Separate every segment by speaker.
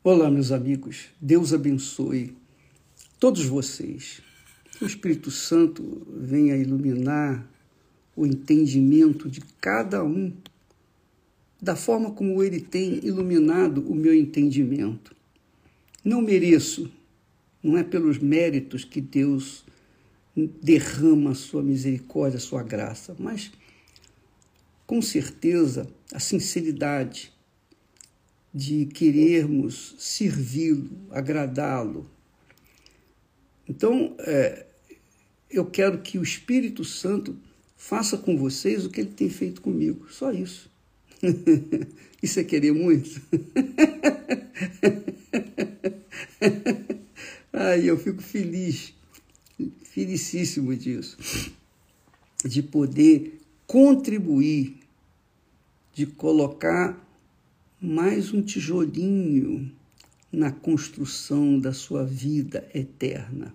Speaker 1: Olá, meus amigos. Deus abençoe todos vocês. Que o Espírito Santo venha iluminar o entendimento de cada um, da forma como Ele tem iluminado o meu entendimento. Não mereço, não é pelos méritos que Deus derrama a sua misericórdia, a sua graça, mas com certeza a sinceridade de querermos servi-lo, agradá-lo. Então, eu quero que o Espírito Santo faça com vocês o que ele tem feito comigo, só isso. Isso é querer muito? Ai, eu fico feliz, felicíssimo disso, de poder contribuir, de colocar mais um tijolinho na construção da sua vida eterna.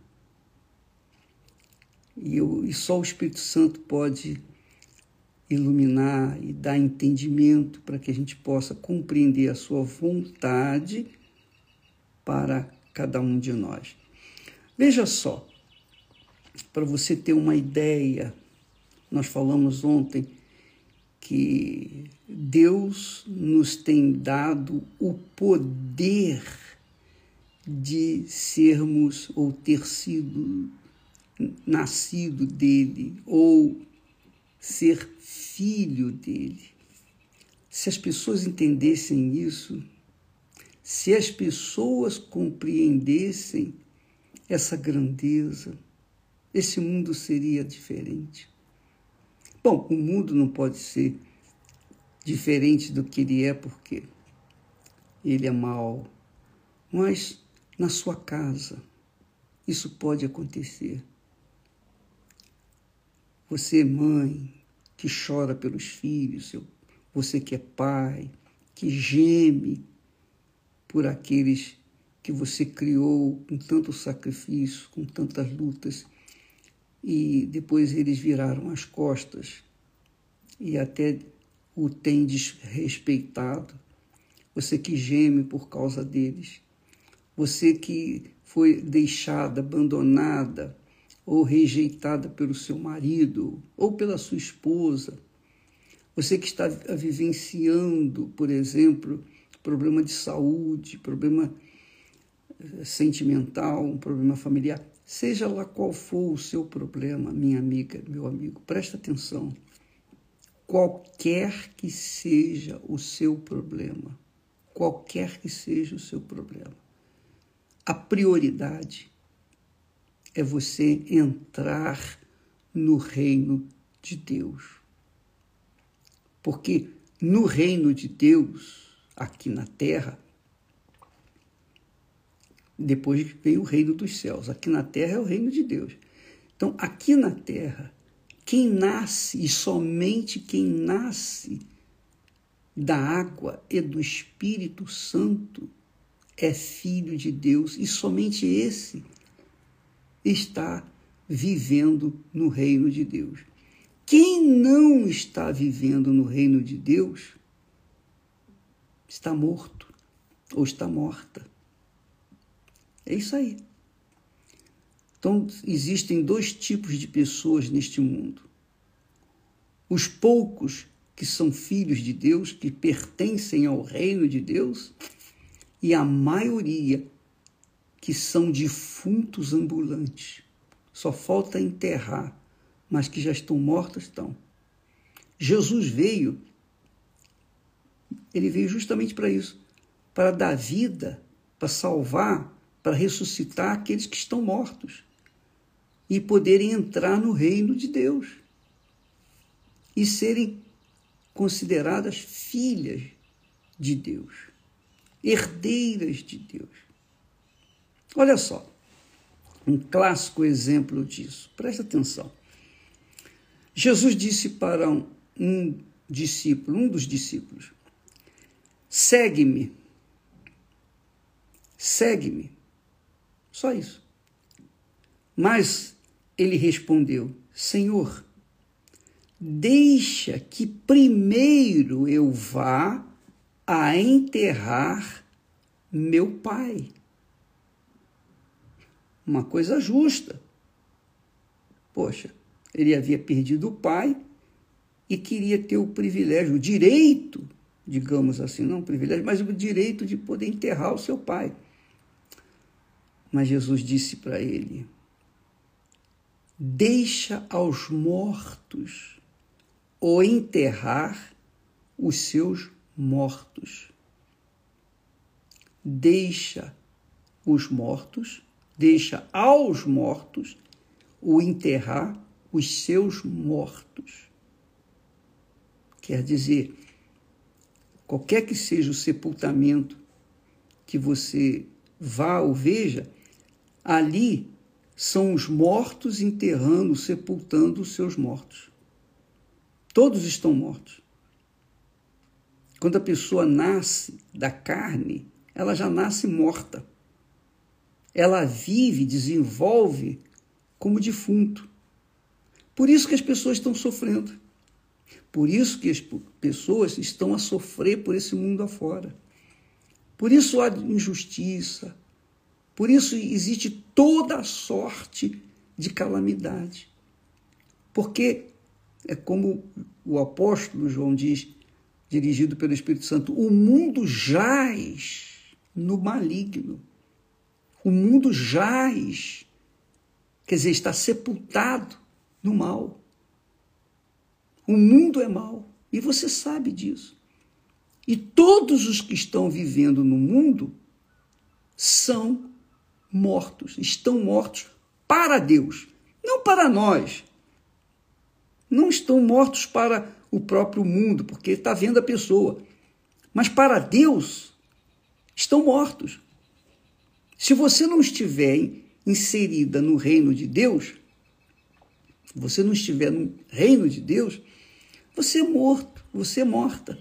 Speaker 1: E só o Espírito Santo pode iluminar e dar entendimento para que a gente possa compreender a sua vontade para cada um de nós. Veja só, para você ter uma ideia, nós falamos ontem que Deus nos tem dado o poder de sermos ou ter sido nascido dele ou ser filho dele. Se as pessoas entendessem isso, se as pessoas compreendessem essa grandeza, esse mundo seria diferente. Bom, o mundo não pode ser diferente do que ele é porque ele é mau, mas na sua casa isso pode acontecer. Você, mãe, que chora pelos filhos, você que é pai, que geme por aqueles que você criou com tanto sacrifício, com tantas lutas, e depois eles viraram as costas e até o tem desrespeitado. Você que geme por causa deles. Você que foi deixada, abandonada ou rejeitada pelo seu marido ou pela sua esposa. Você que está vivenciando, por exemplo, problema de saúde, problema sentimental, um problema familiar. Seja lá qual for o seu problema, minha amiga, meu amigo, presta atenção. Qualquer que seja o seu problema, a prioridade é você entrar no reino de Deus. Porque no reino de Deus, aqui na terra, depois vem o reino dos céus. Aqui na terra é o reino de Deus. Então, aqui na terra, quem nasce, e somente quem nasce da água e do Espírito Santo é filho de Deus, e somente esse está vivendo no reino de Deus. Quem não está vivendo no reino de Deus está morto ou está morta. É isso aí. Então, existem dois tipos de pessoas neste mundo. Os poucos que são filhos de Deus, que pertencem ao reino de Deus, e a maioria que são defuntos ambulantes. Só falta enterrar, mas que já estão mortos, estão. Jesus veio, ele veio justamente para isso, para dar vida, para salvar, para ressuscitar aqueles que estão mortos e poderem entrar no reino de Deus e serem consideradas filhas de Deus, herdeiras de Deus. Olha só, um clássico exemplo disso. Presta atenção. Jesus disse para um dos discípulos, segue-me. Segue-me. Só isso. Mas ele respondeu, Senhor, deixa que primeiro eu vá a enterrar meu pai. Uma coisa justa. Poxa, ele havia perdido o pai e queria ter o privilégio, o direito, digamos assim, não o privilégio, mas o direito de poder enterrar o seu pai. Mas Jesus disse para ele: deixa aos mortos ou enterrar os seus mortos. Deixa os mortos, deixa aos mortos ou enterrar os seus mortos. Quer dizer, qualquer que seja o sepultamento que você vá ou veja, ali são os mortos enterrando, sepultando os seus mortos. Todos estão mortos. Quando a pessoa nasce da carne, ela já nasce morta. Ela vive, desenvolve como defunto. Por isso que as pessoas estão sofrendo. Por isso que as pessoas estão a sofrer por esse mundo afora. Por isso há injustiça. Por isso existe toda a sorte de calamidade. Porque é como o apóstolo João diz, dirigido pelo Espírito Santo, o mundo jaz no maligno. O mundo jaz, quer dizer, está sepultado no mal. O mundo é mau e você sabe disso. E todos os que estão vivendo no mundo são mortos, estão mortos para Deus, não para nós. Não estão mortos para o próprio mundo, porque está vendo a pessoa. Mas para Deus, estão mortos. Se você não estiver inserida no reino de Deus, você não estiver no reino de Deus, você é morto, você é morta.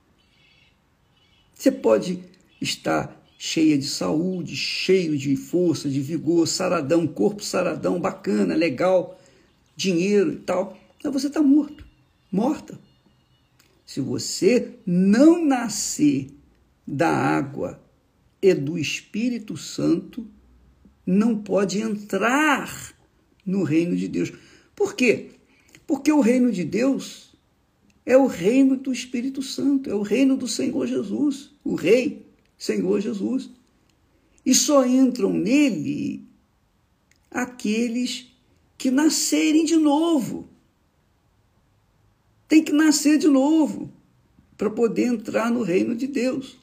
Speaker 1: Você pode estar cheia de saúde, cheio de força, de vigor, saradão, corpo saradão, bacana, legal, dinheiro e tal. Mas você está morto, morta. Se você não nascer da água e do Espírito Santo, não pode entrar no reino de Deus. Por quê? Porque o reino de Deus é o reino do Espírito Santo, é o reino do Senhor Jesus, o Rei, Senhor Jesus. E só entram nele aqueles que nascerem de novo. Tem que nascer de novo para poder entrar no reino de Deus.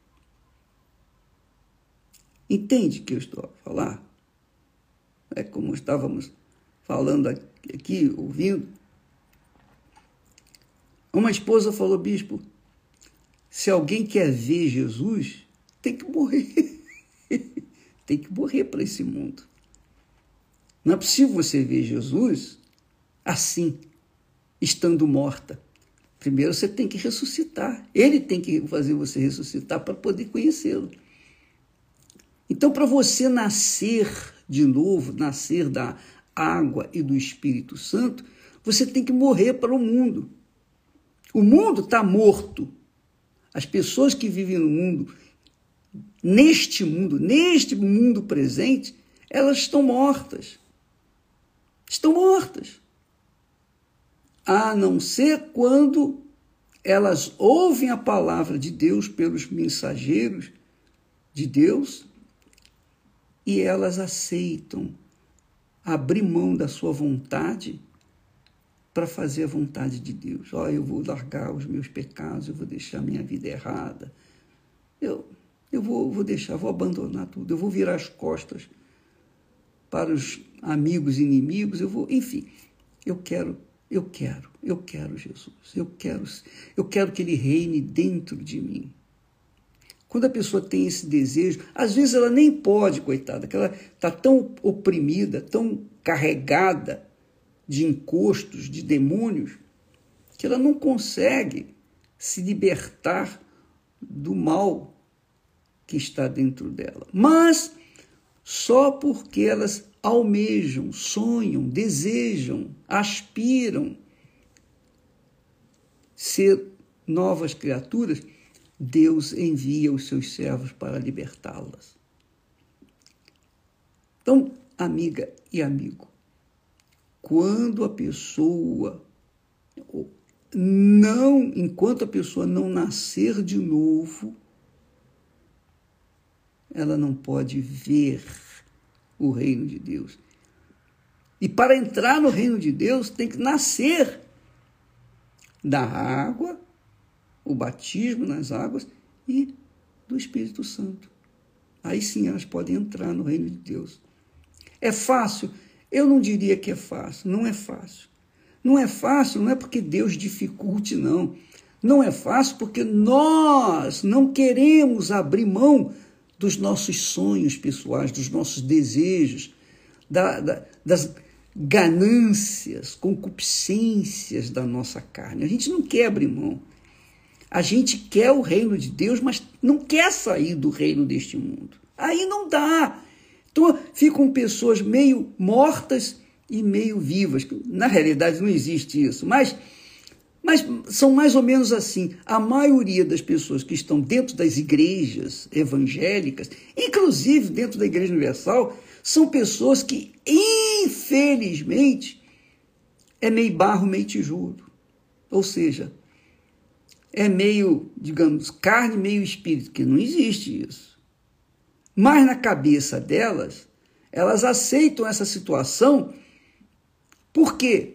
Speaker 1: Entende o que eu estou a falar? É como estávamos falando aqui, ouvindo. Uma esposa falou: bispo, se alguém quer ver Jesus, tem que morrer. Tem que morrer para esse mundo. Não é possível você ver Jesus assim, estando morta. Primeiro você tem que ressuscitar. Ele tem que fazer você ressuscitar para poder conhecê-lo. Então, para você nascer de novo, nascer da água e do Espírito Santo, você tem que morrer para o mundo. O mundo está morto. As pessoas que vivem no mundo, neste mundo presente, elas estão mortas. Estão mortas. A não ser quando elas ouvem a palavra de Deus pelos mensageiros de Deus e elas aceitam abrir mão da sua vontade para fazer a vontade de Deus. Eu vou largar os meus pecados, eu vou deixar minha vida errada, eu vou deixar, vou abandonar tudo, eu vou virar as costas para os amigos inimigos, enfim, eu quero Jesus, eu quero que Ele reine dentro de mim. Quando a pessoa tem esse desejo, às vezes ela nem pode, coitada, que ela está tão oprimida, tão carregada de encostos, de demônios, que ela não consegue se libertar do mal que está dentro dela. Mas só porque elas almejam, sonham, desejam, aspiram ser novas criaturas, Deus envia os seus servos para libertá-las. Então, amiga e amigo, quando a pessoa enquanto a pessoa não nascer de novo, ela não pode ver o reino de Deus. E para entrar no reino de Deus, tem que nascer da água, o batismo nas águas e do Espírito Santo. Aí sim elas podem entrar no reino de Deus. É fácil? Eu não diria que é fácil. Não é fácil. Não é fácil, não é porque Deus dificulte, não. Não é fácil porque nós não queremos abrir mão dos nossos sonhos pessoais, dos nossos desejos, das ganâncias, concupiscências da nossa carne. A gente não quer abrir mão. A gente quer o reino de Deus, mas não quer sair do reino deste mundo. Aí não dá. Então ficam pessoas meio mortas e meio vivas. Na realidade não existe isso, mas são mais ou menos assim. A maioria das pessoas que estão dentro das igrejas evangélicas, inclusive dentro da Igreja Universal, são pessoas que, infelizmente, é meio barro, meio tijolo. Ou seja, é meio, digamos, carne, meio espírito, que não existe isso. Mas na cabeça delas, elas aceitam essa situação. Por quê?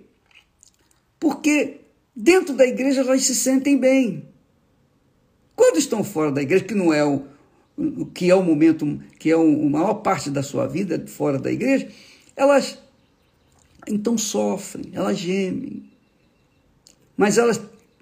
Speaker 1: Porque dentro da igreja elas se sentem bem. Quando estão fora da igreja, que não é o momento, que é a maior parte da sua vida fora da igreja, elas então sofrem, elas gemem. Mas elas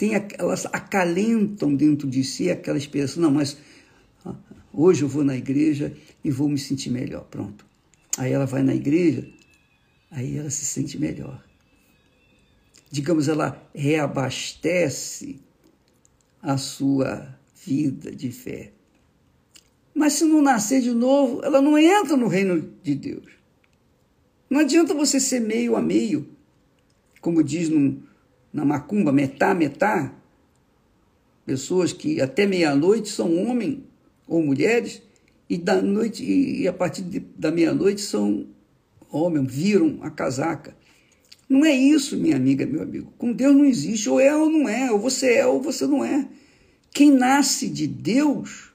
Speaker 1: acalentam dentro de si aquela esperança. Não, mas hoje eu vou na igreja e vou me sentir melhor. Pronto. Aí ela vai na igreja, aí ela se sente melhor. Digamos, ela reabastece a sua vida de fé. Mas se não nascer de novo, ela não entra no reino de Deus. Não adianta você ser meio a meio, como diz na macumba, metá. Pessoas que até meia-noite são homens ou mulheres, e a partir da meia-noite são homens, viram a casaca. Não é isso, minha amiga, meu amigo. Com Deus não existe, ou é ou não é, ou você não é. Quem nasce de Deus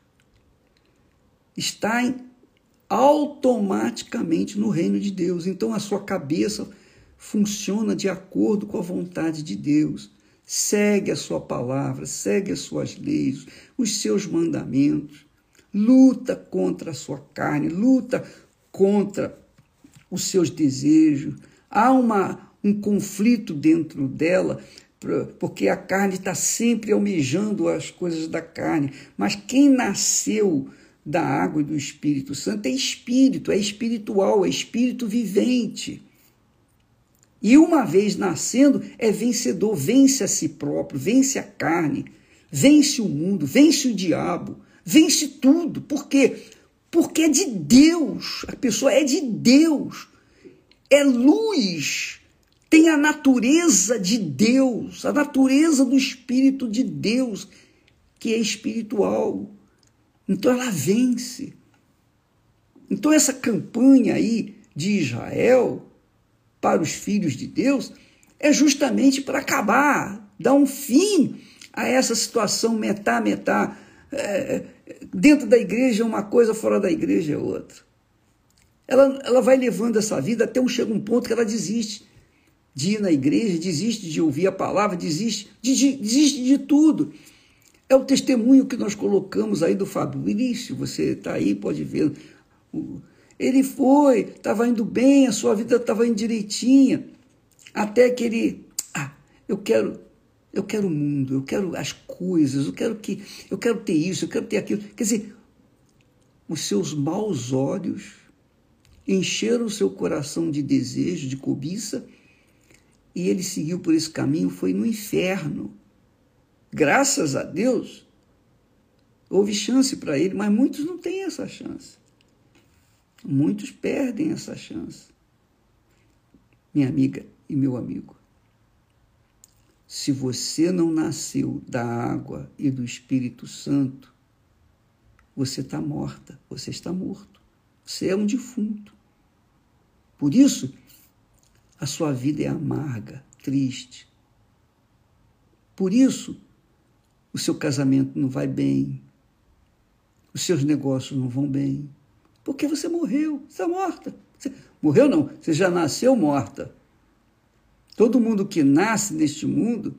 Speaker 1: está automaticamente no reino de Deus. Então a sua cabeça funciona de acordo com a vontade de Deus. Segue a sua palavra, segue as suas leis, os seus mandamentos. Luta contra a sua carne, luta contra os seus desejos. Há um conflito dentro dela, porque a carne está sempre almejando as coisas da carne. Mas quem nasceu da água e do Espírito Santo é espírito, é espiritual, é espírito vivente. E uma vez nascendo, é vencedor, vence a si próprio, vence a carne, vence o mundo, vence o diabo, vence tudo. Por quê? Porque é de Deus, a pessoa é de Deus, é luz, tem a natureza de Deus, a natureza do Espírito de Deus, que é espiritual. Então ela vence. Então essa campanha aí de Israel para os filhos de Deus é justamente para acabar, dar um fim a essa situação metá. Dentro da igreja é uma coisa, fora da igreja é outra. Ela vai levando essa vida até chega um ponto que ela desiste de ir na igreja, desiste de ouvir a palavra, desiste de tudo. É o testemunho que nós colocamos aí do Fabrício, você está aí, pode ver. Ele estava indo bem, a sua vida estava indo direitinha, até que ele, eu quero o mundo, eu quero as coisas, eu quero ter isso, eu quero ter aquilo. Quer dizer, os seus maus olhos encheram o seu coração de desejo, de cobiça, e ele seguiu por esse caminho, foi no inferno. Graças a Deus, houve chance para ele, mas muitos não têm essa chance. Muitos perdem essa chance. Minha amiga e meu amigo, se você não nasceu da água e do Espírito Santo, você está morta, você está morto, você é um defunto. Por isso, a sua vida é amarga, triste. Por isso, o seu casamento não vai bem, os seus negócios não vão bem, porque você morreu, você está morta. Morreu não, você já nasceu morta. Todo mundo que nasce neste mundo,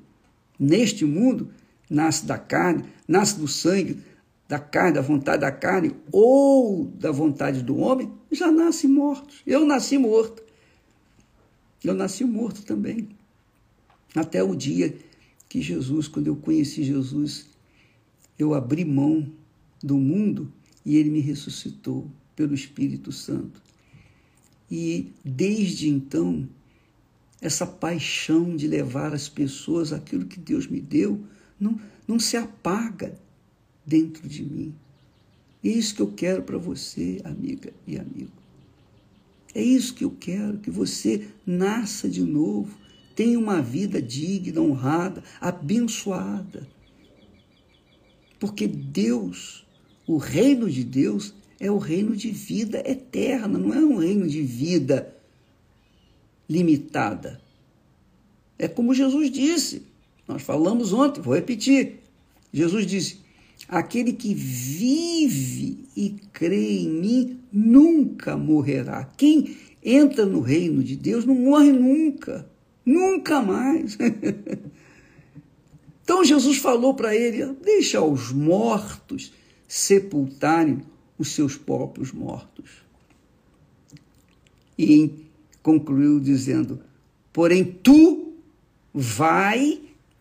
Speaker 1: nasce da carne, nasce do sangue, da carne, da vontade da carne ou da vontade do homem, já nasce mortos. Eu nasci morto. Eu nasci morto também. Até o dia que Jesus, quando eu conheci Jesus, eu abri mão do mundo e ele me ressuscitou pelo Espírito Santo. E desde então, essa paixão de levar as pessoas aquilo que Deus me deu não se apaga dentro de mim. É isso que eu quero para você, amiga e amigo. É isso que eu quero, que você nasça de novo, tenha uma vida digna, honrada, abençoada. Porque Deus, o reino de Deus, é o reino de vida eterna, não é um reino de vida limitada. É como Jesus disse, nós falamos ontem, vou repetir. Jesus disse: aquele que vive e crê em mim nunca morrerá. Quem entra no reino de Deus não morre nunca, nunca mais. Então Jesus falou para ele: deixa os mortos sepultarem os seus próprios mortos. E concluiu dizendo: porém tu vai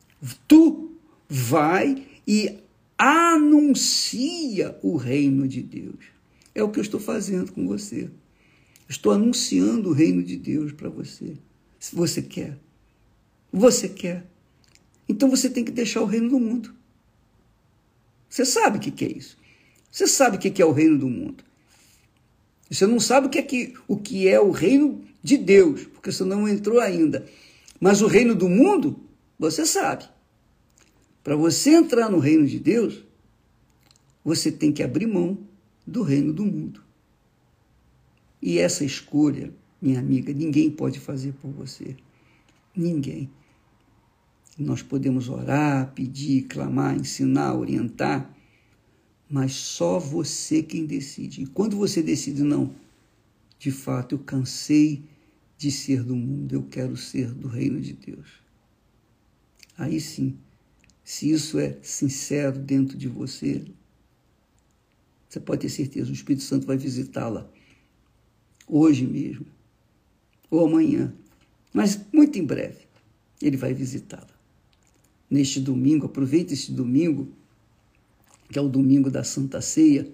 Speaker 1: e anuncia o reino de Deus. É o que eu estou fazendo com você. Estou anunciando o reino de Deus para você. Se você quer. Você quer. Então você tem que deixar o reino do mundo. Você sabe o que é isso. Você sabe o que é o reino do mundo. Você não sabe o que é o reino de Deus, porque você não entrou ainda. Mas o reino do mundo, você sabe. Para você entrar no reino de Deus, você tem que abrir mão do reino do mundo. E essa escolha, minha amiga, ninguém pode fazer por você. Ninguém. Nós podemos orar, pedir, clamar, ensinar, orientar, mas só você quem decide. E quando você decide, não, de fato, eu cansei de ser do mundo, eu quero ser do reino de Deus. Aí sim, se isso é sincero dentro de você, você pode ter certeza, o Espírito Santo vai visitá-la hoje mesmo, ou amanhã, mas muito em breve, ele vai visitá-la. Neste domingo, aproveite este domingo, que é o domingo da Santa Ceia,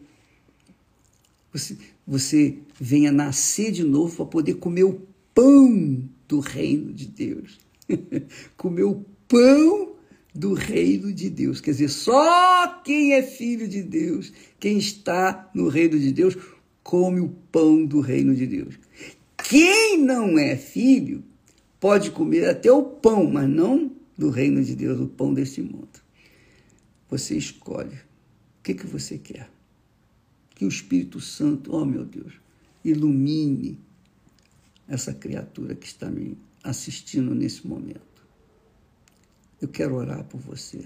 Speaker 1: você venha nascer de novo para poder comer o pão do reino de Deus. Comer o pão do reino de Deus. Quer dizer, só quem é filho de Deus, quem está no reino de Deus, come o pão do reino de Deus. Quem não é filho pode comer até o pão, mas não do reino de Deus, o pão deste mundo. Você escolhe. O que você quer? Que o Espírito Santo, oh meu Deus, ilumine essa criatura que está me assistindo nesse momento. Eu quero orar por você.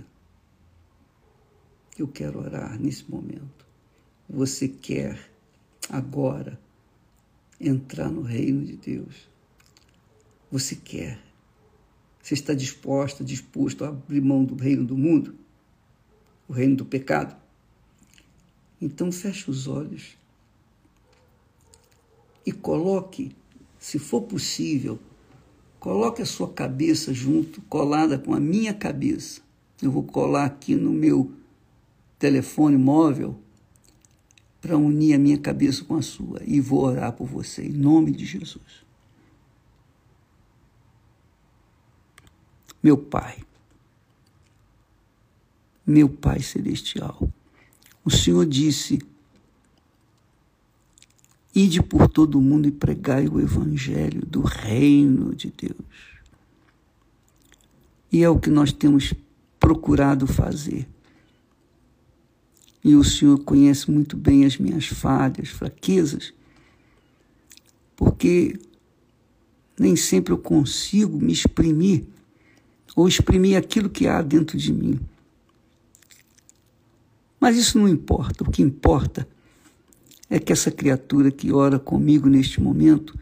Speaker 1: Eu quero orar nesse momento. Você quer agora entrar no reino de Deus? Você quer? Você está disposto a abrir mão do reino do mundo? O reino do pecado? Então feche os olhos e coloque, se for possível, coloque a sua cabeça junto, colada com a minha cabeça. Eu vou colar aqui no meu telefone móvel para unir a minha cabeça com a sua e vou orar por você, em nome de Jesus. Meu Pai Celestial, o Senhor disse: ide por todo o mundo e pregai o evangelho do reino de Deus. E é o que nós temos procurado fazer. E o Senhor conhece muito bem as minhas falhas, fraquezas, porque nem sempre eu consigo me exprimir ou exprimir aquilo que há dentro de mim. Mas isso não importa. O que importa é que essa criatura que ora comigo neste momento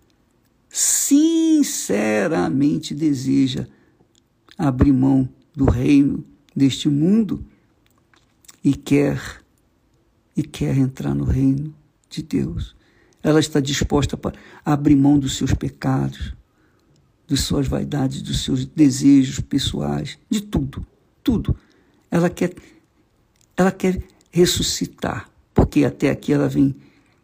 Speaker 1: sinceramente deseja abrir mão do reino deste mundo e quer entrar no reino de Deus. Ela está disposta para abrir mão dos seus pecados, de suas vaidades, dos seus desejos pessoais, de tudo, tudo. Ela quer ressuscitar, porque até aqui ela vem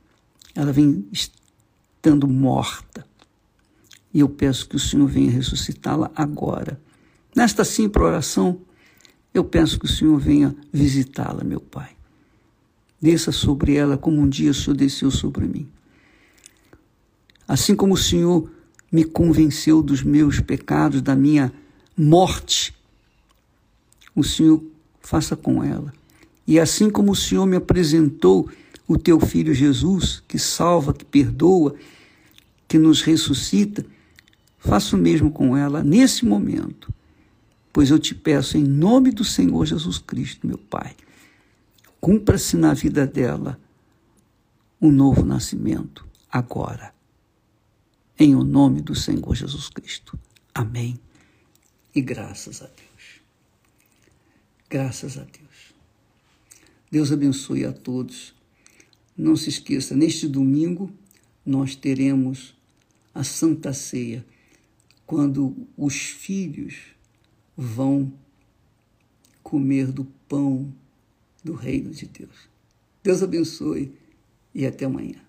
Speaker 1: estando morta. E eu peço que o Senhor venha ressuscitá-la agora. Nesta simples oração, eu peço que o Senhor venha visitá-la, meu Pai. Desça sobre ela como um dia o Senhor desceu sobre mim. Assim como o Senhor me convenceu dos meus pecados, da minha morte, o Senhor faça com ela. E assim como o Senhor me apresentou o teu Filho Jesus, que salva, que perdoa, que nos ressuscita, faça o mesmo com ela nesse momento. Pois eu te peço em nome do Senhor Jesus Cristo, meu Pai, cumpra-se na vida dela um novo nascimento agora. Em o nome do Senhor Jesus Cristo. Amém. E graças a Deus. Graças a Deus. Deus abençoe a todos. Não se esqueça, neste domingo nós teremos a Santa Ceia, quando os filhos vão comer do pão do reino de Deus. Deus abençoe e até amanhã.